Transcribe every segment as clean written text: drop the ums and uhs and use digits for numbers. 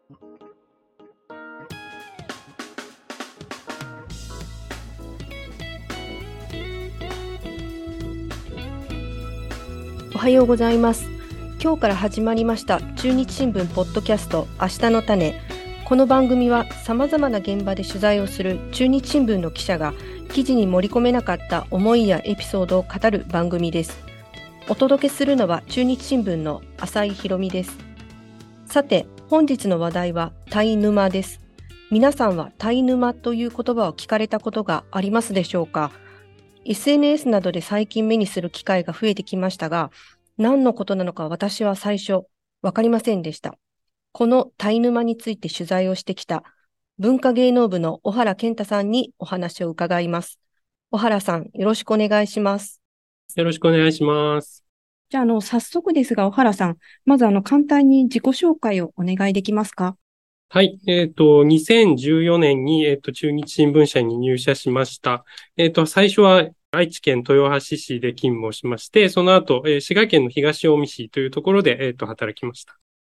おはようございます。今日から始まりました中日新聞ポッドキャスト明日の種。この番組はさまざまな現場で取材をする中日新聞の記者が記事に盛り込めなかった思いやエピソードを語る番組です。お届けするのは中日新聞の浅井ひろみです。さて、本日の話題はタイ沼です。皆さんはタイ沼という言葉を聞かれたことがありますでしょうか。SNS などで最近目にする機会が増えてきましたが、何のことなのか私は最初わかりませんでした。このタイ沼について取材をしてきた文化芸能部の小原健太さんにお話を伺います。小原さん、よろしくお願いします。 よろしくお願いします。 じゃあ、早速ですが、小原さん、まず簡単に自己紹介をお願いできますか。 はい。2014年に、中日新聞社に入社しました。最初は愛知県豊橋市で勤務をしまして、その後、滋賀県の東近江市というところで、働きました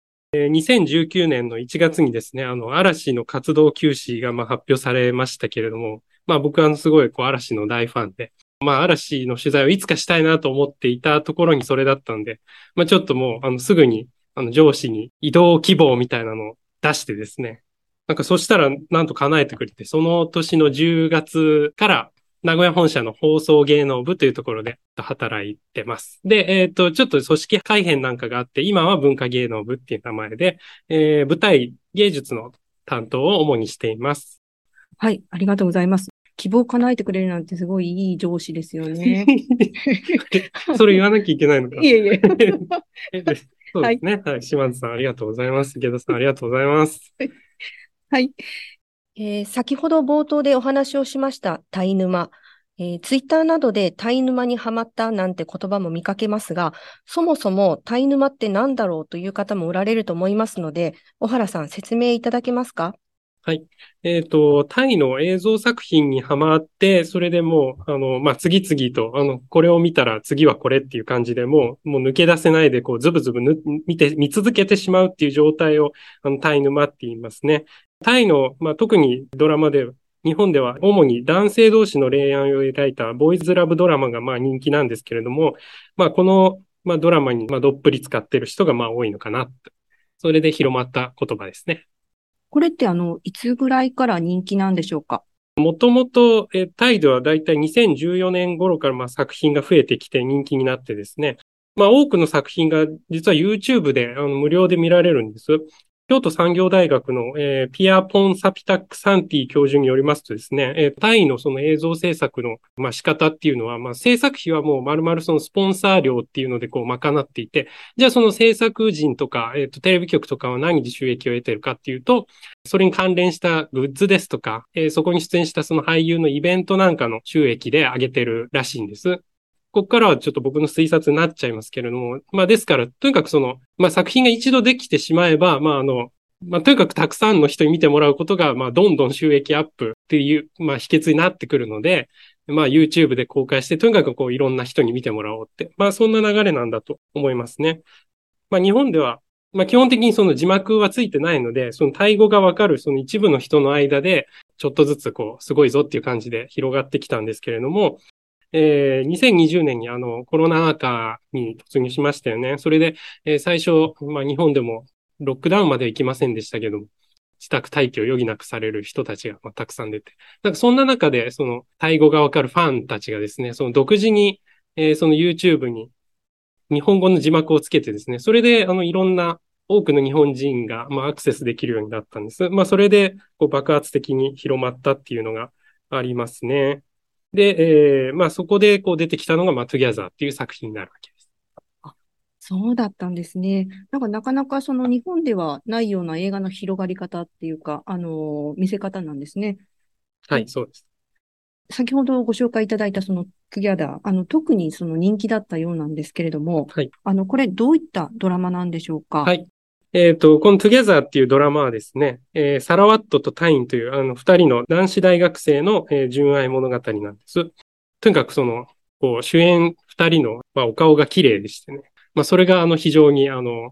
。2019年の1月にですね、嵐の活動休止が、発表されましたけれども、僕はすごい、嵐の大ファンで、嵐の取材をいつかしたいなと思っていたところにそれだったんで、ちょっともう、すぐに、上司に異動希望みたいなのを出してですね。そしたらなんと叶えてくれて、その年の10月から名古屋本社の放送芸能部というところで働いてます。で、ちょっと組織改編なんかがあって、今は文化芸能部っていう名前で、舞台芸術の担当を主にしています。 はい、ありがとうございます。希望を叶えてくれるなんてすごいいい上司ですよね。 それ言わなきゃいけないのか。 いえいえ。 そうですね。はい。島津さんありがとうございます。池田さんありがとうございます。 はい。先ほど冒頭でお話をしましたタイ沼。ツイッターなどでタイ沼にはまったなんて言葉も見かけますが、そもそもタイ沼って何だろうという方もおられると思いますので、小原さん説明いただけますか？ はい。タイの映像作品にハマって、それでもう、次々と、これを見たら次はこれっていう感じでもう抜け出せないで、ズブズブ見続けてしまうっていう状態を、タイ沼って言いますね。タイの、特にドラマで、日本では主に男性同士の恋愛を描いたボーイズラブドラマが人気なんですけれども、この、ドラマにどっぷり使ってる人が多いのかな。それで広まった言葉ですね。 これっていつぐらいから人気なんでしょうか？ もともと、タイではだいたい2014年頃から作品が増えてきて人気になってですね。多くの作品が実は YouTube で無料で見られるんです。京都産業大学の、ピアポンサピタックサンティ教授によりますとですね、タイのその映像制作の、仕方っていうのは、制作費はもう丸々そのスポンサー料っていうので賄っていて、じゃあその制作人とか、テレビ局とかは何で収益を得てるかっていうと、それに関連したグッズですとか、そこに出演したその俳優のイベントなんかの収益で上げてるらしいんです。ここからはちょっと僕の推察になっちゃいますけれども、ですから、とにかくその、作品が一度できてしまえば、とにかくたくさんの人に見てもらうことが、どんどん収益アップっていう、秘訣になってくるので、YouTube で公開して、とにかくいろんな人に見てもらおうって、そんな流れなんだと思いますね。日本では、基本的にその字幕はついてないので、そのタイ語がわかるその一部の人の間で、ちょっとずつすごいぞっていう感じで広がってきたんですけれども、2020年にコロナ禍に突入しましたよね。それで、最初、日本でもロックダウンまで行きませんでしたけども、自宅待機を余儀なくされる人たちがたくさん出て。そんな中で、そのタイ語がわかるファンたちがですね、その独自に、その YouTube に日本語の字幕をつけてですね、それでいろんな多くの日本人がアクセスできるようになったんです。それで爆発的に広まったっていうのがありますね。で、そこで出てきたのが、Together っていう作品になるわけです。 あ、そうだったんですね。なかなかその日本ではないような映画の広がり方っていうか、見せ方なんですね。 はい、そうです。 先ほどご紹介いただいたそのTogether、特にその人気だったようなんですけれども、 はい。 これどういったドラマなんでしょうか？ はい。この Together っていうドラマはですね、サラワットとタインという二人の男子大学生の、純愛物語なんです。とにかくその、主演二人の、お顔が綺麗でしてね。それが非常に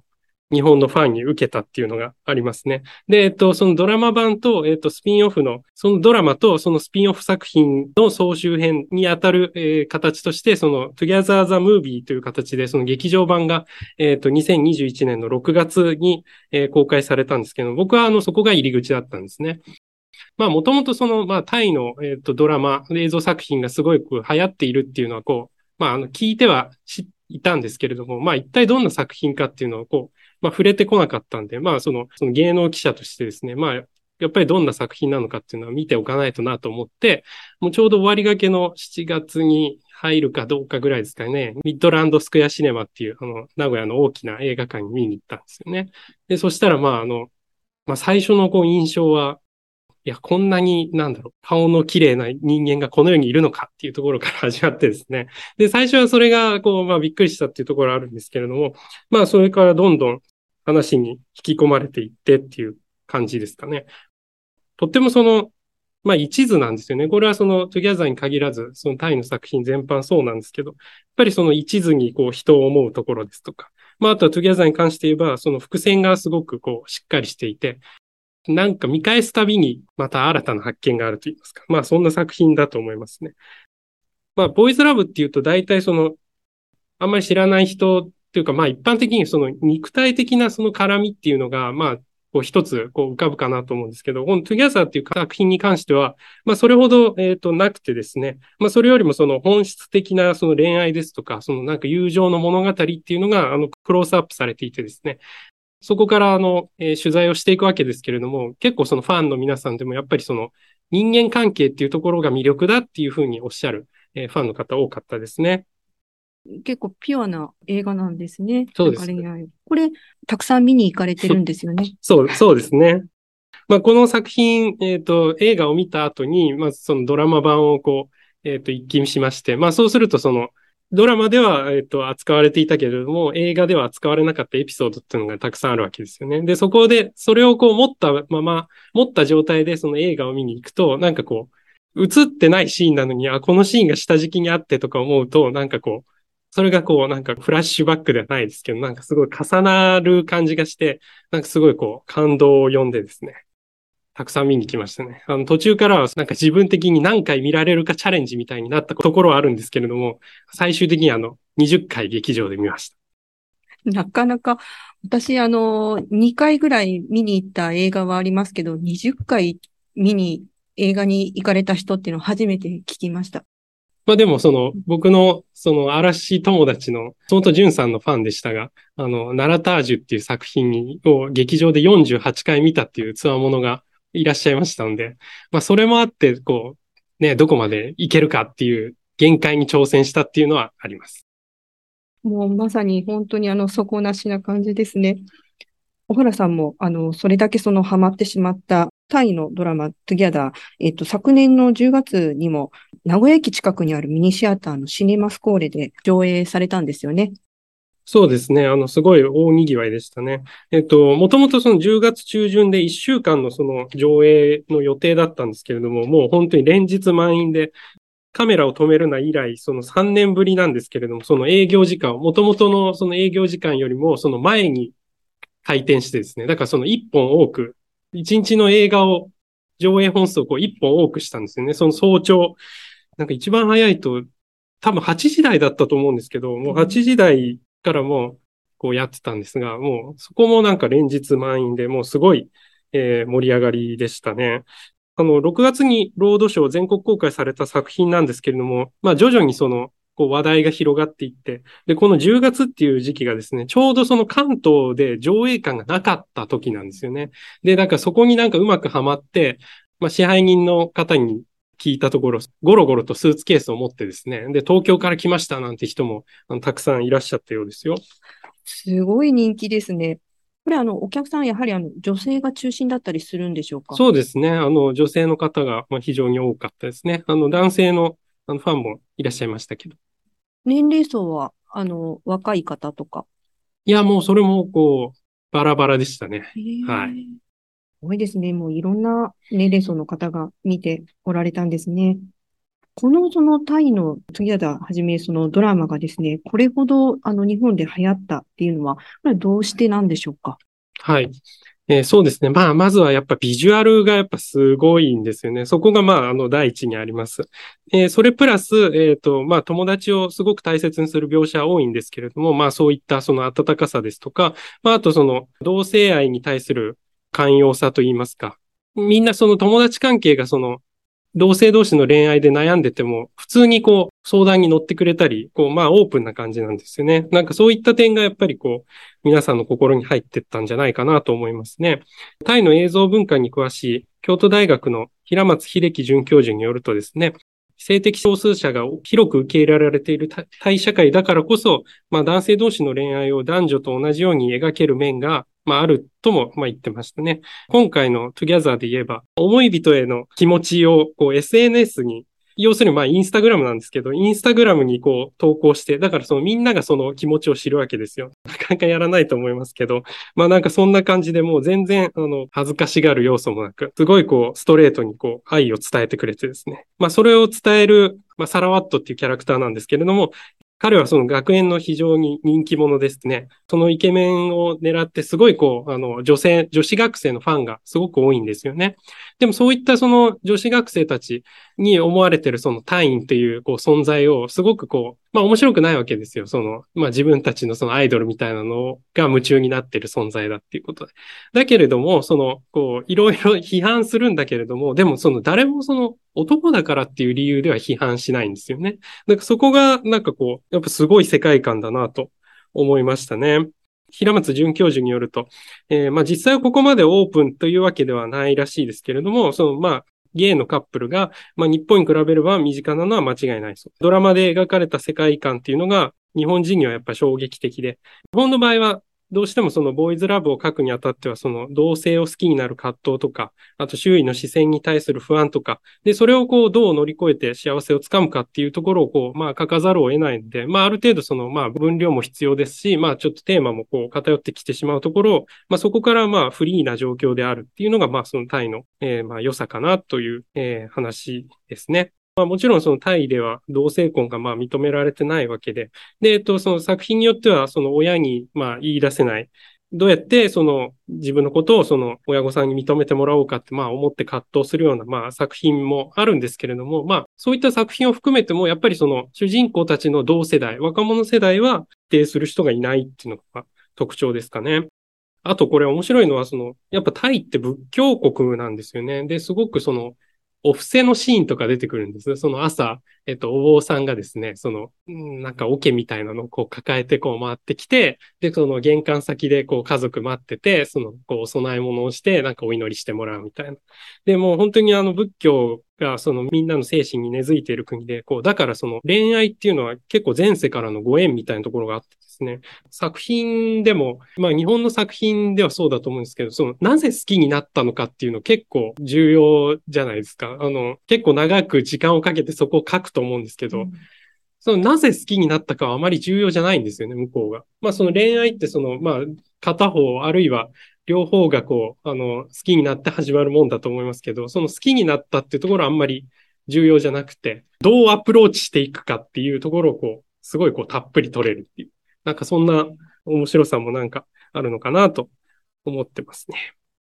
日本のファンに受けたっていうのがありますね。で、そのドラマ版と、スピンオフの、そのドラマとそのスピンオフ作品の総集編にあたる、形として、その Together the Movie という形で、その劇場版が、2021年の6月に、公開されたんですけど、僕はそこが入り口だったんですね。まあ、もともとその、まあ、タイの、ドラマ、映像作品がすごいこう流行っているっていうのは、こう、まあ、聞いてはいたんですけれども、まあ、一体どんな作品かっていうのを、こう、まあ、触れてこなかったんで、まあ、その芸能記者としてですね、まあ、やっぱりどんな作品なのかっていうのは見ておかないとなと思って、もうちょうど終わりがけの7月に入るかどうかぐらいですかね、ミッドランドスクエアシネマっていう、名古屋の大きな映画館に見に行ったんですよね。で、そしたら、まあ、まあ、最初のこう印象は、いや、こんなに、顔の綺麗な人間がこの世にいるのかっていうところから始まってですね。で、最初はそれが、こう、まあ、びっくりしたっていうところあるんですけれども、まあ、それからどんどん話に引き込まれていってっていう感じですかね。とってもまあ、一途なんですよね。これはその、トゥギャザーに限らず、そのタイの作品全般そうなんですけど、やっぱりその一途にこう、人を思うところですとか、まあ、あとはトゥギャザーに関して言えば、その伏線がすごくこう、しっかりしていて、なんか見返すたびにまた新たな発見があると言いますか。まあそんな作品だと思いますね。まあボーイズラブっていうと大体あんまり知らない人っていうかまあ一般的にその肉体的なその絡みっていうのがまあこう一つこう浮かぶかなと思うんですけど、この Together っていう作品に関しては、まあそれほどなくてですね、まあそれよりもその本質的なその恋愛ですとか、そのなんか友情の物語っていうのがクロースアップされていてですね、そこから取材をしていくわけですけれども、結構そのファンの皆さんでもやっぱりその人間関係っていうところが魅力だっていうふうにおっしゃる、ファンの方多かったですね。 結構ピュアな映画なんですね。 そうです。 なんか恋愛。これ、たくさん見に行かれてるんですよね。 そうですね。まあ、この作品、映画を見た後に、まずそのドラマ版をこう、一気見しまして、まあ、そうするとドラマでは、扱われていたけれども、映画では扱われなかったエピソードっていうのがたくさんあるわけですよね。で、そこで、それをこう持った状態でその映画を見に行くと、なんかこう、映ってないシーンなのに、あ、このシーンが下敷きにあってとか思うと、なんかこう、それがこう、なんかフラッシュバックではないですけど、なんかすごい重なる感じがして、なんかすごいこう、感動を呼んでですね。たくさん見に来ましたね。途中からはなんか自分的に何回見られるかチャレンジみたいになったところはあるんですけれども、最終的に20回劇場で見ました。 なかなか、私、2回ぐらい見に行った映画はありますけど、20回映画に行かれた人っていうのを初めて聞きました。 まあでも僕の嵐友達の松本潤さんのファンでしたが、ナラタージュっていう作品を劇場で48回見たっていうツアーものがいらっしゃいましたので、まあそれもあって、こう、ね、どこまでいけるかっていう限界に挑戦したっていうのはあります。 もうまさに本当に底なしな感じですね。小原さんも、それだけハマってしまったタイのドラマ、トゥギャダー、昨年の10月にも、名古屋駅近くにあるミニシアターのシネマスコーレで上映されたんですよね。 そうですね。すごい大賑わいでしたね。もともとその10月中旬で1週間のその上映の予定だったんですけれども、もう本当に連日満員で、カメラを止めるな以来、その3年ぶりなんですけれども、その営業時間、もともとのその営業時間よりもその前に回転してですね、だからその1本多く、1日の映画を、上映本数をこう1本多くしたんですよね。その早朝、なんか一番早いと、多分8時台だったと思うんですけど、もう8時台からもこうやってたんですが、もうそこもなんか連日満員で、もうすごい、盛り上がりでしたね。6月にロードショー全国公開された作品なんですけれども、まあ徐々にこう話題が広がっていって、で、この10月っていう時期がですね、ちょうどその関東で上映感がなかった時なんですよね。で、なんかそこになんかうまくはまって、まあ支配人の方に聞いたところ、ゴロゴロとスーツケースを持ってですね、で、東京から来ましたなんて人もたくさんいらっしゃったようですよ。 すごい人気ですね。これお客さんやはり女性が中心だったりするんでしょうか？ そうですね。女性の方が非常に多かったですね。男性のファンもいらっしゃいましたけど。 年齢層は、若い方とか。 いや、もうそれもこう、バラバラでしたね。はい。 多いですね。もういろんな年齢層の方が見ておられたんですね。 このそのタイのトゥギャダーはじめそのドラマがですね、これほど日本で流行ったっていうのは、これはどうしてなんでしょうか？ はい。そうですね。まずはやっぱビジュアルがやっぱすごいんですよね。そこが第一にあります。それプラス、友達をすごく大切にする描写多いんですけれども、そういったその温かさですとか、あとその同性愛に対する寛容さといいますか。みんなその友達関係がその同性同士の恋愛で悩んでても、普通に相談に乗ってくれたり、オープンな感じなんですよね。なんかそういった点がやっぱり皆さんの心に入ってったんじゃないかなと思いますね。タイの映像文化に詳しい京都大学の平松秀樹准教授によるとですね、性的少数者が広く受け入れられているタイ社会だからこそ、男性同士の恋愛を男女と同じように描ける面が、あるとも、言ってましたね。今回の Together で言えば、思い人への気持ちをSNS に、要するにインスタグラムなんですけど、インスタグラムに投稿して、だからそのみんながその気持ちを知るわけですよ。なかなかやらないと思いますけど、なんかそんな感じでもう全然、恥ずかしがる要素もなく、すごいストレートに愛を伝えてくれてですね。それを伝える、サラワットっていうキャラクターなんですけれども、彼はその学園の非常に人気者ですね。そのイケメンを狙ってすごい女子学生のファンがすごく多いんですよね。でもそういったその女子学生たちに思われてるその隊員っていう存在をすごく面白くないわけですよ。その、自分たちのそのアイドルみたいなのが夢中になってる存在だっていうことで。だけれども、その、いろいろ批判するんだけれども、でもその誰もその男だからっていう理由では批判しないんですよね。なんかそこがやっぱすごい世界観だなと思いましたね。平松准教授によると、実際はここまでオープンというわけではないらしいですけれども、そのゲイのカップルが、日本に比べれば身近なのは間違いないそう。ドラマで描かれた世界観っていうのが、日本人にはやっぱ衝撃的で、日本の場合はどうしてもそのボーイズラブを書くにあたっては、その同性を好きになる葛藤とか、あと周囲の視線に対する不安とか、で、それをどう乗り越えて幸せをつかむかっていうところを書かざるを得ないので、ある程度その分量も必要ですし、ちょっとテーマも偏ってきてしまうところを、そこからフリーな状況であるっていうのが、そのタイの、良さかなという、話ですね。もちろんそのタイでは同性婚が認められてないわけで、で、その作品によってはその親に言い出せない。どうやってその自分のことをその親御さんに認めてもらおうかって思って葛藤するような作品もあるんですけれども、そういった作品を含めてもやっぱりその主人公たちの同世代、若者世代は否定する人がいないっていうのが特徴ですかね。あとこれ面白いのはやっぱタイって仏教国なんですよね。で、すごくそのお布施のシーンとか出てくるんです。その朝、お坊さんがですね、その、なんか桶みたいなのを抱えて回ってきて、で、その玄関先で家族待ってて、その、お供え物をして、なんかお祈りしてもらうみたいな。で、もう本当に仏教がそのみんなの精神に根付いている国で、だからその恋愛っていうのは結構前世からのご縁みたいなところがあってですね、作品でも、日本の作品ではそうだと思うんですけど、その、なぜ好きになったのかっていうの結構重要じゃないですか。結構長く時間をかけてそこを書くと思うんですけど、その、なぜ好きになったかはあまり重要じゃないんですよね、向こうが。その恋愛ってその、片方、あるいは両方が好きになって始まるもんだと思いますけど、その好きになったっていうところはあんまり重要じゃなくて、どうアプローチしていくかっていうところをすごいたっぷり取れるっていう。なんかそんな面白さもなんかあるのかなと思ってますね。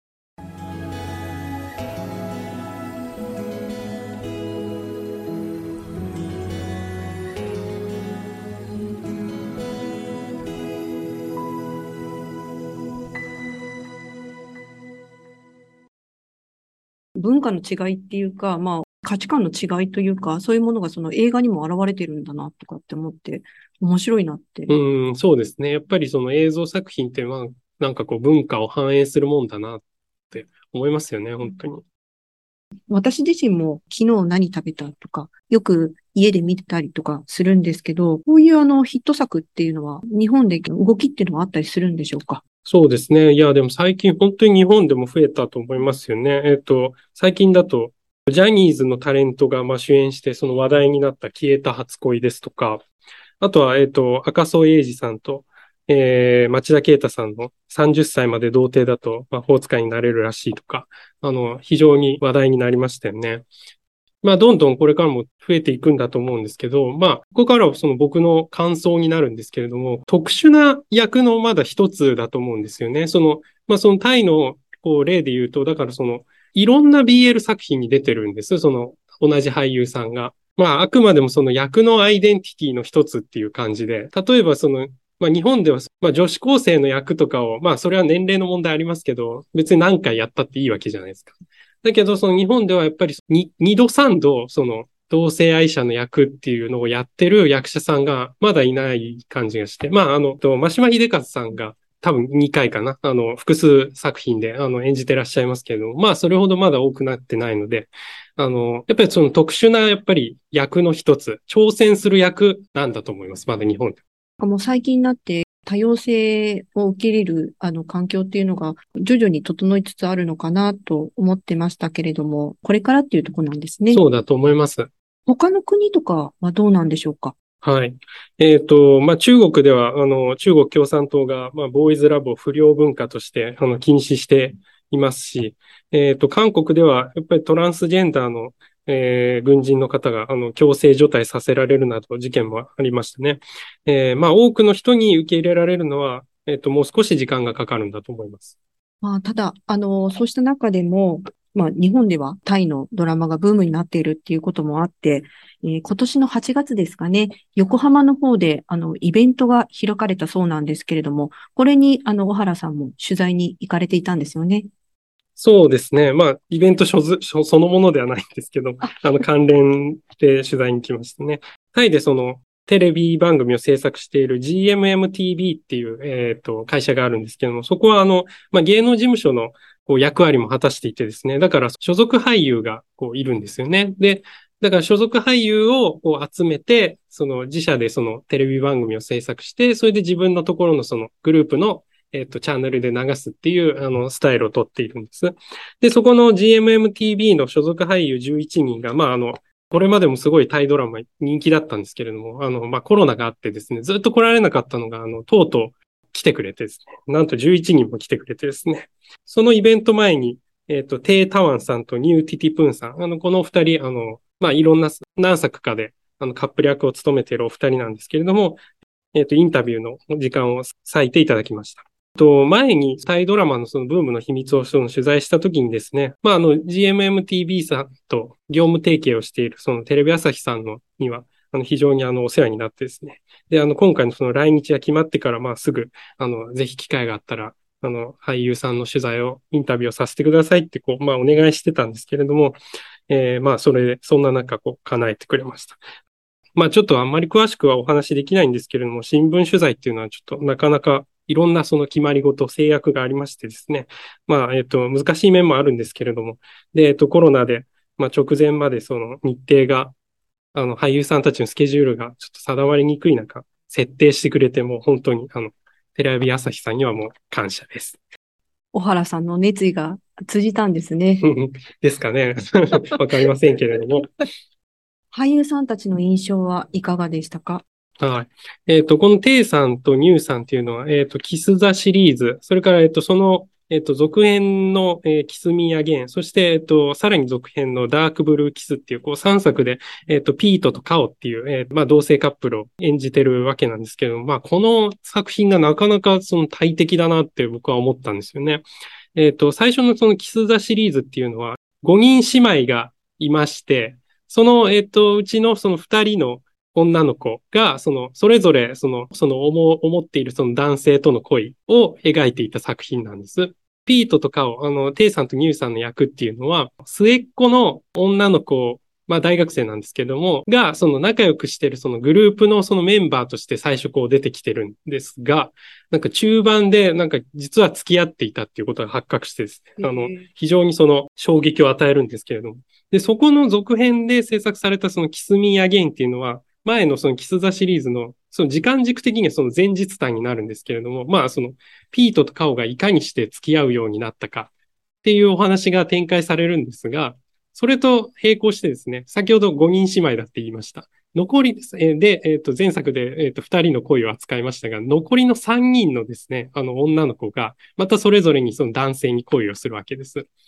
文化の違いっていうか、価値観の違いというか、そういうものがその映画にも現れてるんだなとかって思って、面白いなって。 そうですね。やっぱりその映像作品ってなんか文化を反映するもんだなって思いますよね、本当に。 私自身も昨日何食べたとか、よく家で見てたりとかするんですけど、こういうヒット作っていうのは、日本で動きっていうのはあったりするんでしょうか？ そうですね。いや、でも最近本当に日本でも増えたと思いますよね。最近だと、ジャニーズのタレントが主演してその話題になった消えた初恋ですとか、あとは、赤楚衛二さんと、町田啓太さんの30歳まで童貞だと魔法使いになれるらしいとか、非常に話題になりましたよね。 まあ、どんどんこれからも増えていくんだと思うんですけど、まあ、ここからはその僕の感想になるんですけれども、特殊な役のまだ一つだと思うんですよね。まあ、そのタイの例で言うと、だからいろんな BL 作品に出てるんです。同じ俳優さんが。まあ、あくまでもその役のアイデンティティの一つっていう感じで、例えばまあ、日本では、まあ、女子高生の役とかを、まあ、それは年齢の問題ありますけど、別に何回やったっていいわけじゃないですか。だけど、日本ではやっぱり二度三度、同性愛者の役っていうのをやってる役者さんがまだいない感じがして、まあ、真島秀和さんが多分2回かな、複数作品で、演じてらっしゃいますけれども、まあ、それほどまだ多くなってないので、やっぱり特殊な、やっぱり役の一つ、挑戦する役なんだと思います。まだ日本で。 もう最近になって多様性を受け入れる環境っていうのが徐々に整いつつあるのかなと思ってましたけれども、これからっていうところなんですね。 そうだと思います。 他の国とかはどうなんでしょうか？ はい。まあ、中国では、中国共産党が、まあ、ボーイズラブを不良文化として、禁止していますし、韓国では、やっぱりトランスジェンダーの、軍人の方が、強制除隊させられるなど事件もありましたね。まあ、多くの人に受け入れられるのは、もう少し時間がかかるんだと思います。 まあ、ただ、そうした中でも、まあ、日本ではタイのドラマがブームになっているっていうこともあって、今年の8月ですかね、横浜の方で、イベントが開かれたそうなんですけれども、これに、小原さんも取材に行かれていたんですよね。 そうですね。まあ、イベントそのものではないんですけど、関連で取材に来ましたね。タイでテレビ番組を制作している GMMTV っていう、会社があるんですけども、そこはまあ、芸能事務所の役割も果たしていてですね、だから所属俳優がいるんですよね。で、だから所属俳優を集めて、自社でテレビ番組を制作して、それで自分のところのグループのチャンネルで流すっていう、スタイルをとっているんです。で、そこの GMMTV の所属俳優11人が、まあ、これまでもすごいタイドラマ人気だったんですけれども、まあ、コロナがあってですね、ずっと来られなかったのが、とうとう来てくれてですね、なんと11人も来てくれてですね、そのイベント前に、テイ・タワンさんとニュー・ティティプンさん、この二人、まあ、いろんな、何作かで、カップル役を務めているお二人なんですけれども、インタビューの時間を割いていただきました。前にタイドラマのそのブームの秘密を取材したときにですね、まあ、GMMTV さんと業務提携をしているそのテレビ朝日さんには、非常にお世話になってですね。で、今回のその来日が決まってから、まあ、すぐ、ぜひ機会があったら、俳優さんの取材を、インタビューをさせてくださいって、まあ、お願いしてたんですけれども、まあ、そんな中、叶えてくれました。まあ、ちょっとあんまり詳しくはお話できないんですけれども、新聞取材っていうのはちょっとなかなかいろんなその決まり事、制約がありましてですね。まあ、難しい面もあるんですけれども。で、コロナで、まあ、直前までその日程が、俳優さんたちのスケジュールがちょっと定まりにくい中、設定してくれても本当に、テレビ朝日さんにはもう感謝です。 小原さんの熱意が通じたんですね。 ですかね。わかりませんけれども。 俳優さんたちの印象はいかがでしたか？ はい。このテイさんとニューさんっていうのは、キス・ザ・シリーズ、それから、続編の、キス・ミー・アゲン、そして、さらに続編のダーク・ブルー・キスっていう、3作で、ピートとカオっていう、まあ、同性カップルを演じてるわけなんですけども、まあ、この作品がなかなか大敵だなって僕は思ったんですよね。最初のそのキス・ザ・シリーズっていうのは、5人姉妹がいまして、うちのその2人の女の子が、それぞれ、思っているその男性との恋を描いていた作品なんです。ピートとかを、テイさんとニューさんの役っていうのは、末っ子の女の子、まあ大学生なんですけども、が、仲良くしてるそのグループのそのメンバーとして最初出てきてるんですが、なんか中盤で、なんか実は付き合っていたっていうことが発覚してですね、非常に衝撃を与えるんですけれども。で、そこの続編で制作されたそのキスミーアゲインっていうのは、前のそのキスザシリーズの、その時間軸的にはその前日譚になるんですけれども、まあピートとカオがいかにして付き合うようになったかっていうお話が展開されるんですが、それと並行してですね、先ほど5人姉妹だって言いました。残りです。で、前作で、2人の恋を扱いましたが、残りの3人のですね、女の子が、またそれぞれにその男性に恋をするわけです。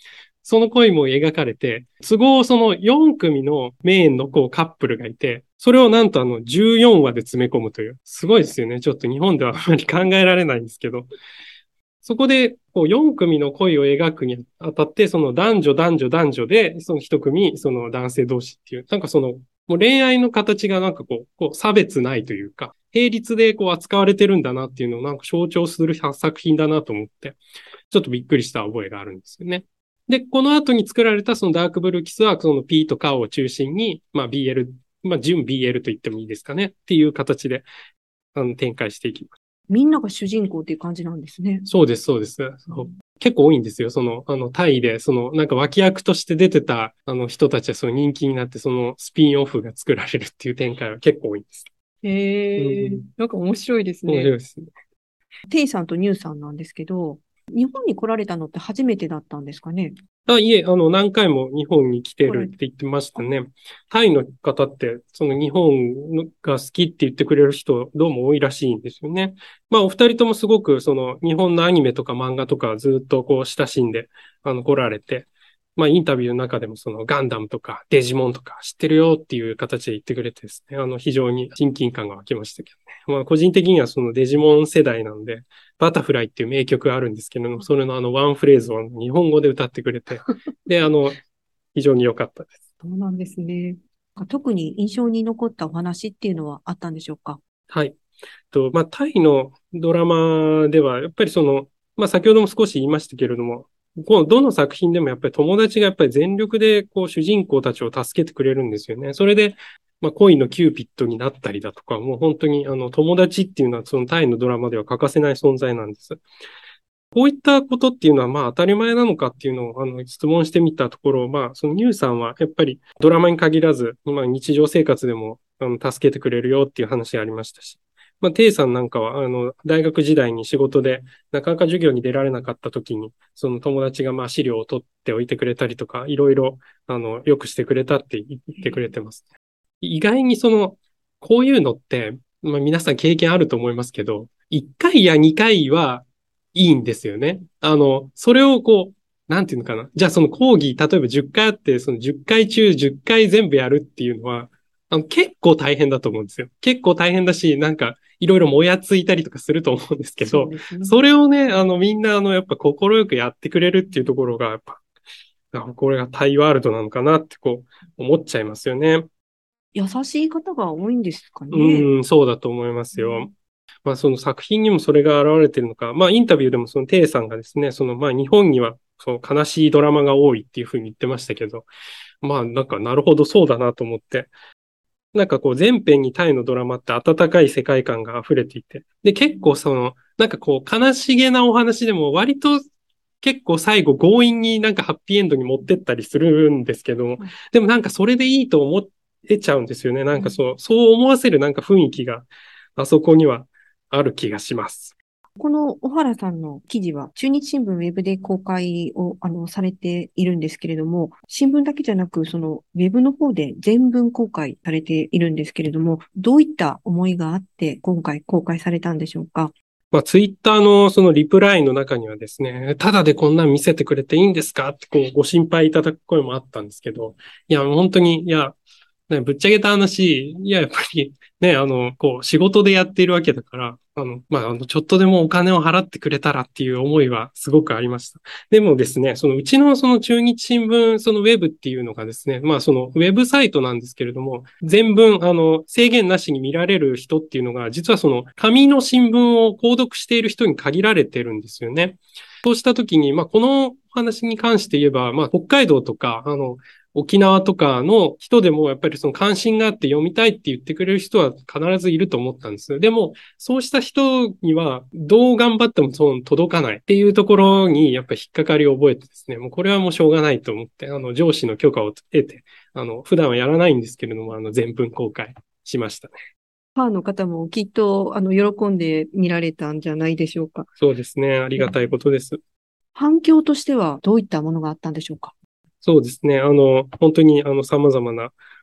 その恋も描かれて、都合その4組のメインのカップルがいて、それをなんと14話で詰め込むという。すごいですよね。ちょっと日本ではあまり考えられないんですけど。そこで、4組の恋を描くにあたって、その男女で、その1組、その男性同士っていう、なんかもう恋愛の形がなんか差別ないというか、並立で扱われてるんだなっていうのをなんか象徴する作品だなと思って、ちょっとびっくりした覚えがあるんですよね。で、この後に作られたそのダークブルーキスは、その P とカオを中心に、まあ BL、まあ純 BL と言ってもいいですかねっていう形で展開していきます。 みんなが主人公っていう感じなんですね。 そうです、そうです。結構多いんですよ。タイで、なんか脇役として出てた、人たちはその人気になって、そのスピンオフが作られるっていう展開は結構多いんです。 なんか面白いですね。 面白いですね。 テイさんとニューさんなんですけど、日本に来られたのって初めてだったんですかね？ いえ、何回も日本に来てるって言ってましたね。タイの方って、その日本が好きって言ってくれる人、どうも多いらしいんですよね。まあ、お二人ともすごく、日本のアニメとか漫画とかずっと親しんで、来られて、まあ、インタビューの中でもガンダムとかデジモンとか知ってるよっていう形で言ってくれてですね、非常に親近感が湧きましたけどね。まあ、個人的にはそのデジモン世代なんで、バタフライっていう名曲があるんですけども、それのワンフレーズを日本語で歌ってくれて、で、非常に良かったです。 そうなんですね。特に印象に残ったお話っていうのはあったんでしょうか？ はい。まあ、タイのドラマでは、やっぱりまあ、先ほども少し言いましたけれども、どの作品でもやっぱり友達がやっぱり全力で主人公たちを助けてくれるんですよね。それで、まあ、恋のキューピッドになったりだとか、もう本当に友達っていうのはそのタイのドラマでは欠かせない存在なんです。こういったことっていうのはまあ当たり前なのかっていうのを質問してみたところ、まあそのニューさんはやっぱりドラマに限らず、まあ日常生活でも助けてくれるよっていう話がありましたし、まあテイさんなんかは大学時代に仕事でなかなか授業に出られなかった時に、その友達がまあ資料を取っておいてくれたりとか、いろいろよくしてくれたって言ってくれてます。意外にこういうのって、まあ皆さん経験あると思いますけど、1回や2回はいいんですよね。それをなんていうのかな。じゃあその講義、例えば10回あって、その10回中10回全部やるっていうのは、結構大変だと思うんですよ。結構大変だし、なんか、いろいろもやついたりとかすると思うんですけど、それをね、みんなやっぱ心よくやってくれるっていうところが、やっぱ、これがタイワールドなのかなって思っちゃいますよね。 優しい方が多いんですかね？ そうだと思いますよ。まあその作品にもそれが現れているのか、まあインタビューでもそのテイさんがですね、まあ日本には悲しいドラマが多いっていうふうに言ってましたけど、まあなんかなるほどそうだなと思って、なんか全編にタイのドラマって温かい世界観が溢れていて、で結構なんか悲しげなお話でも割と結構最後強引になんかハッピーエンドに持ってったりするんですけど、でもなんかそれでいいと思えちゃうんですよね。なんかそう思わせるなんか雰囲気があそこにはある気がします。 この小原さんの記事は中日新聞ウェブで公開をされているんですけれども、新聞だけじゃなくそのウェブの方で全文公開されているんですけれども、どういった思いがあって今回公開されたんでしょうか？ まあ、ツイッターのそのリプライの中にはですね、ただでこんなん見せてくれていいんですかってご心配いただく声もあったんですけど、いや、本当に、いや、ね、ぶっちゃけた話、いや、やっぱりね、仕事でやっているわけだから、まあ、ちょっとでもお金を払ってくれたらっていう思いはすごくありました。でもですね、うちのその中日新聞、そのウェブっていうのがですね、まあ、ウェブサイトなんですけれども、全文、制限なしに見られる人っていうのが、実は紙の新聞を購読している人に限られてるんですよね。そうしたときに、まあ、この話に関して言えば、まあ、北海道とか、沖縄とかの人でもやっぱり関心があって読みたいって言ってくれる人は必ずいると思ったんです。でも、そうした人にはどう頑張っても届かないっていうところにやっぱり引っかかりを覚えてですね、もうこれはもうしょうがないと思って、上司の許可を得て、普段はやらないんですけれども、全文公開しましたね。 ファンの方もきっと喜んで見られたんじゃないでしょうか。 そうですね。ありがたいことです。 反響としてはどういったものがあったんでしょうか？ そうですね。本当に様々な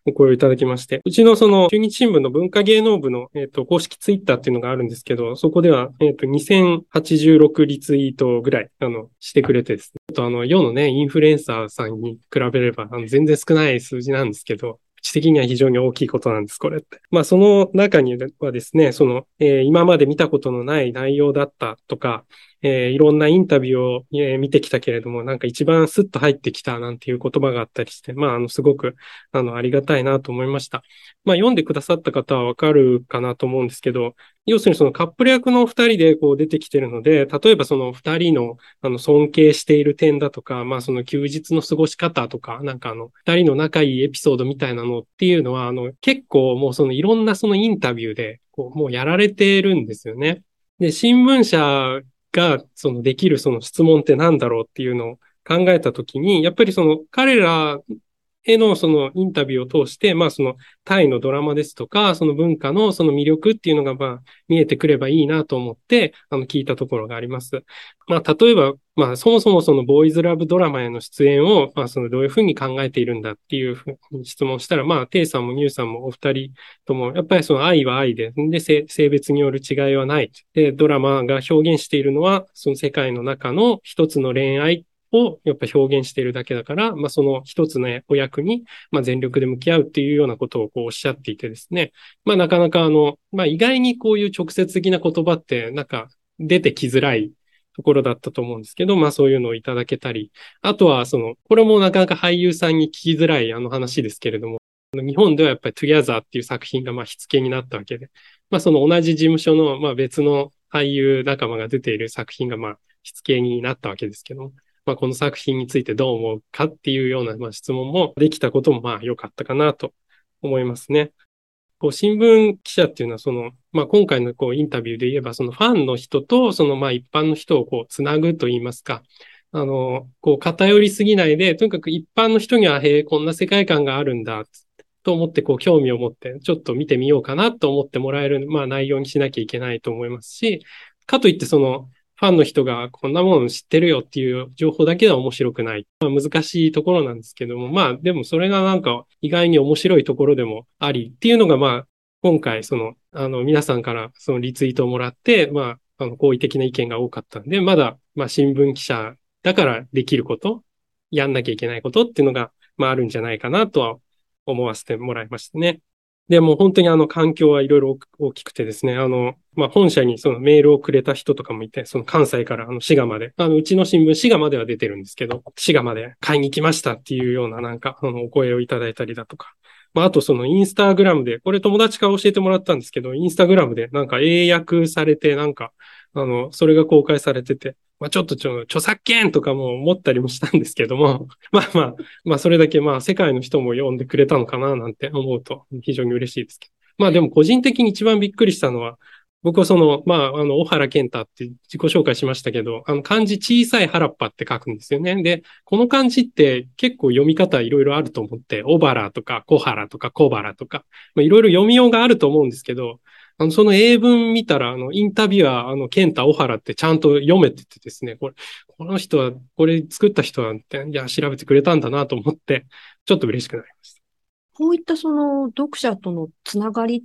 お声をいただきまして、うちのその中日新聞の文化芸能部の、公式ツイッターっていうのがあるんですけど、そこでは、2086リツイートぐらい、してくれてですね。世のね、インフルエンサーさんに比べれば、全然少ない数字なんですけど、うち的には非常に大きいことなんです、これって。まあ、その中にはですね、今まで見たことのない内容だったとか、いろんなインタビューを、見てきたけれども、なんか一番スッと入ってきたなんていう言葉があったりして、まあ、すごく、ありがたいなと思いました。まあ、読んでくださった方はわかるかなと思うんですけど、要するにそのカップル役の二人でこう出てきてるので、例えばその二人の尊敬している点だとか、まあその休日の過ごし方とか、なんか二人の仲いいエピソードみたいなのっていうのは、結構もうそのいろんなそのインタビューで、こうもうやられてるんですよね。で、新聞社がそのできるその質問って何だろうっていうのを考えたときに、やっぱりその彼らへのそのインタビューを通して、まあそのタイのドラマですとか、その文化のその魅力っていうのがまあ見えてくればいいなと思って、聞いたところがあります。まあ例えば、まあそもそもそのボーイズラブドラマへの出演を、まあそのどういうふうに考えているんだっていうふうに質問したら、まあテイさんもニューさんもお二人とも、やっぱりその愛は愛で、性別による違いはない。で、ドラマが表現しているのは、その世界の中の一つの恋愛をやっぱ表現しているだけだから、まあその一つのお役に、まあ全力で向き合うっていうようなことをこうおっしゃっていてですね。まあなかなかまあ意外にこういう直接的な言葉ってなんか出てきづらいところだったと思うんですけど、まあそういうのをいただけたり、あとはこれもなかなか俳優さんに聞きづらい話ですけれども、日本ではやっぱり Together っていう作品がまあ火付けになったわけで、まあその同じ事務所のまあ別の俳優仲間が出ている作品がまあ火付けになったわけですけども、まあこの作品についてどう思うかっていうようなまあ質問もできたこともまあ良かったかなと思いますね。こう新聞記者っていうのはまあ今回のこうインタビューで言えばそのファンの人とまあ一般の人をこうつなぐと言いますか、こう偏りすぎないで、とにかく一般の人には、へえ、こんな世界観があるんだ、と思って、こう、興味を持って、ちょっと見てみようかなと思ってもらえる、まあ、内容にしなきゃいけないと思いますし、かといって、ファンの人がこんなもの知ってるよっていう情報だけでは面白くない。まあ、難しいところなんですけども、まあ、でもそれがなんか意外に面白いところでもありっていうのが、まあ、今回、皆さんからそのリツイートをもらって、まあ、好意的な意見が多かったんで、まだ、まあ、新聞記者だからできること、やんなきゃいけないことっていうのが、まあ、あるんじゃないかなとは思わせてもらいましたね。で、もう本当に環境はいろいろ大きくてですね、まあ、本社にそのメールをくれた人とかもいて、その関西から滋賀まで、うちの新聞滋賀までは出てるんですけど、滋賀まで買いに来ましたっていうようななんか、お声をいただいたりだとか、まあ、あとインスタグラムで、これ友達から教えてもらったんですけど、インスタグラムでなんか英訳されて、なんか、それが公開されてて、まあ、ちょっと著作権とかも思ったりもしたんですけども、まあまあ、まあそれだけまあ世界の人も読んでくれたのかななんて思うと非常に嬉しいですけど。まあでも個人的に一番びっくりしたのは、僕はまあ小原健太って自己紹介しましたけど、漢字小さい原っぱって書くんですよね。で、この漢字って結構読み方いろいろあると思って、小原とか小原とか小原とか、まあいろいろ読みようがあると思うんですけど、その英文見たら、インタビュアー、ケンタ・オハラってちゃんと読めててですね、この人は、これ作った人は、いや、調べてくれたんだなと思って、ちょっと嬉しくなりました。 こういった読者とのつながりって、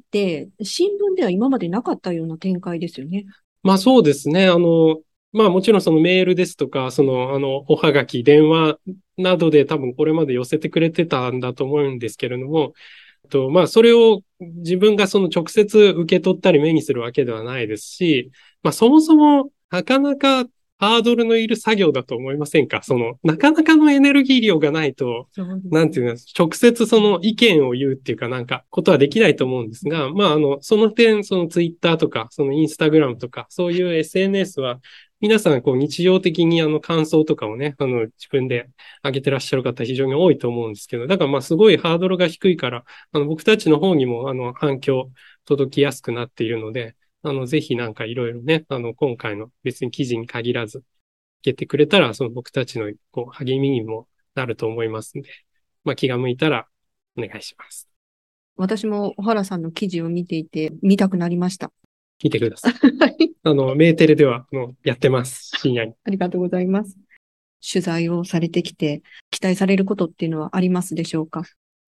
新聞では今までなかったような展開ですよね。 まあそうですね。まあもちろんそのメールですとか、おはがき、電話などで多分これまで寄せてくれてたんだと思うんですけれども、まあ、それを自分が直接受け取ったり目にするわけではないですし、まあ、そもそもなかなかハードルのいる作業だと思いませんか？なかなかのエネルギー量がないと、なんていうの、直接意見を言うっていうかなんかことはできないと思うんですが、まあ、その点、ツイッターとか、インスタグラムとか、そういう SNS は、皆さん、日常的に感想とかをね、自分で上げてらっしゃる方非常に多いと思うんですけど、だからまあ、すごいハードルが低いから、僕たちの方にも、反響届きやすくなっているので、ぜひなんかいろいろね、今回の別に記事に限らず、受けてくれたら、僕たちの励みにもなると思いますので、まあ、気が向いたらお願いします。 私も小原さんの記事を見ていて、見たくなりました。 聞いてください。メーテレではやってます。深夜に。 ありがとうございます。取材をされてきて、期待されることっていうのはありますでしょうか？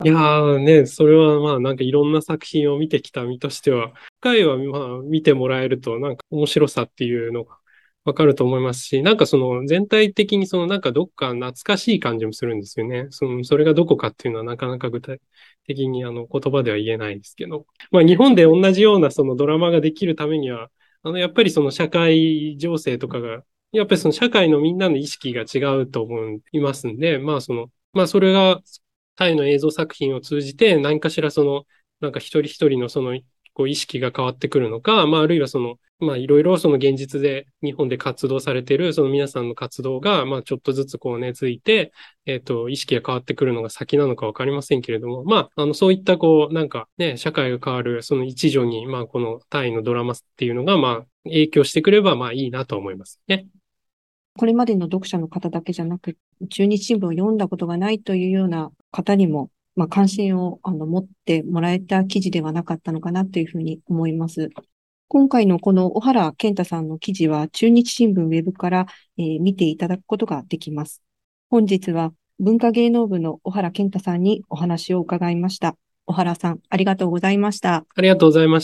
いやーね、それはまあなんかいろんな作品を見てきた身としては、回はまあ見てもらえるとなんか面白さっていうのがわかると思いますし、なんかその全体的にそのなんかどっか懐かしい感じもするんですよね。それがどこかっていうのはなかなか具体的に言葉では言えないですけど。まあ日本で同じようなそのドラマができるためには、やっぱりその社会情勢とかが、やっぱりその社会のみんなの意識が違うと思いますんで、まあそれがタイの映像作品を通じて何かしらなんか一人一人のこう意識が変わってくるのか、まああるいはまあいろいろその現実で日本で活動されているその皆さんの活動が、まあちょっとずつこう根付いて、意識が変わってくるのが先なのかわかりませんけれども、まあそういったこうなんかね、社会が変わるその一助に、まあこのタイのドラマっていうのが、まあ影響してくればまあいいなと思いますね。 これまでの読者の方だけじゃなく、中日新聞を読んだことがないというような方にも、まあ、関心を持ってもらえた記事ではなかったのかなというふうに思います。今回のこの小原健太さんの記事は中日新聞ウェブから、見ていただくことができます。本日は文化芸能部の小原健太さんにお話を伺いました。小原さん、ありがとうございました。 ありがとうございました。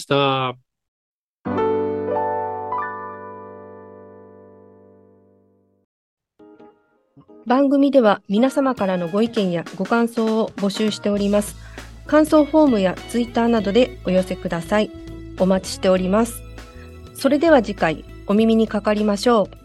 番組では皆様からのご意見やご感想を募集しております。感想フォームやツイッターなどでお寄せください。お待ちしております。それでは次回お耳にかかりましょう。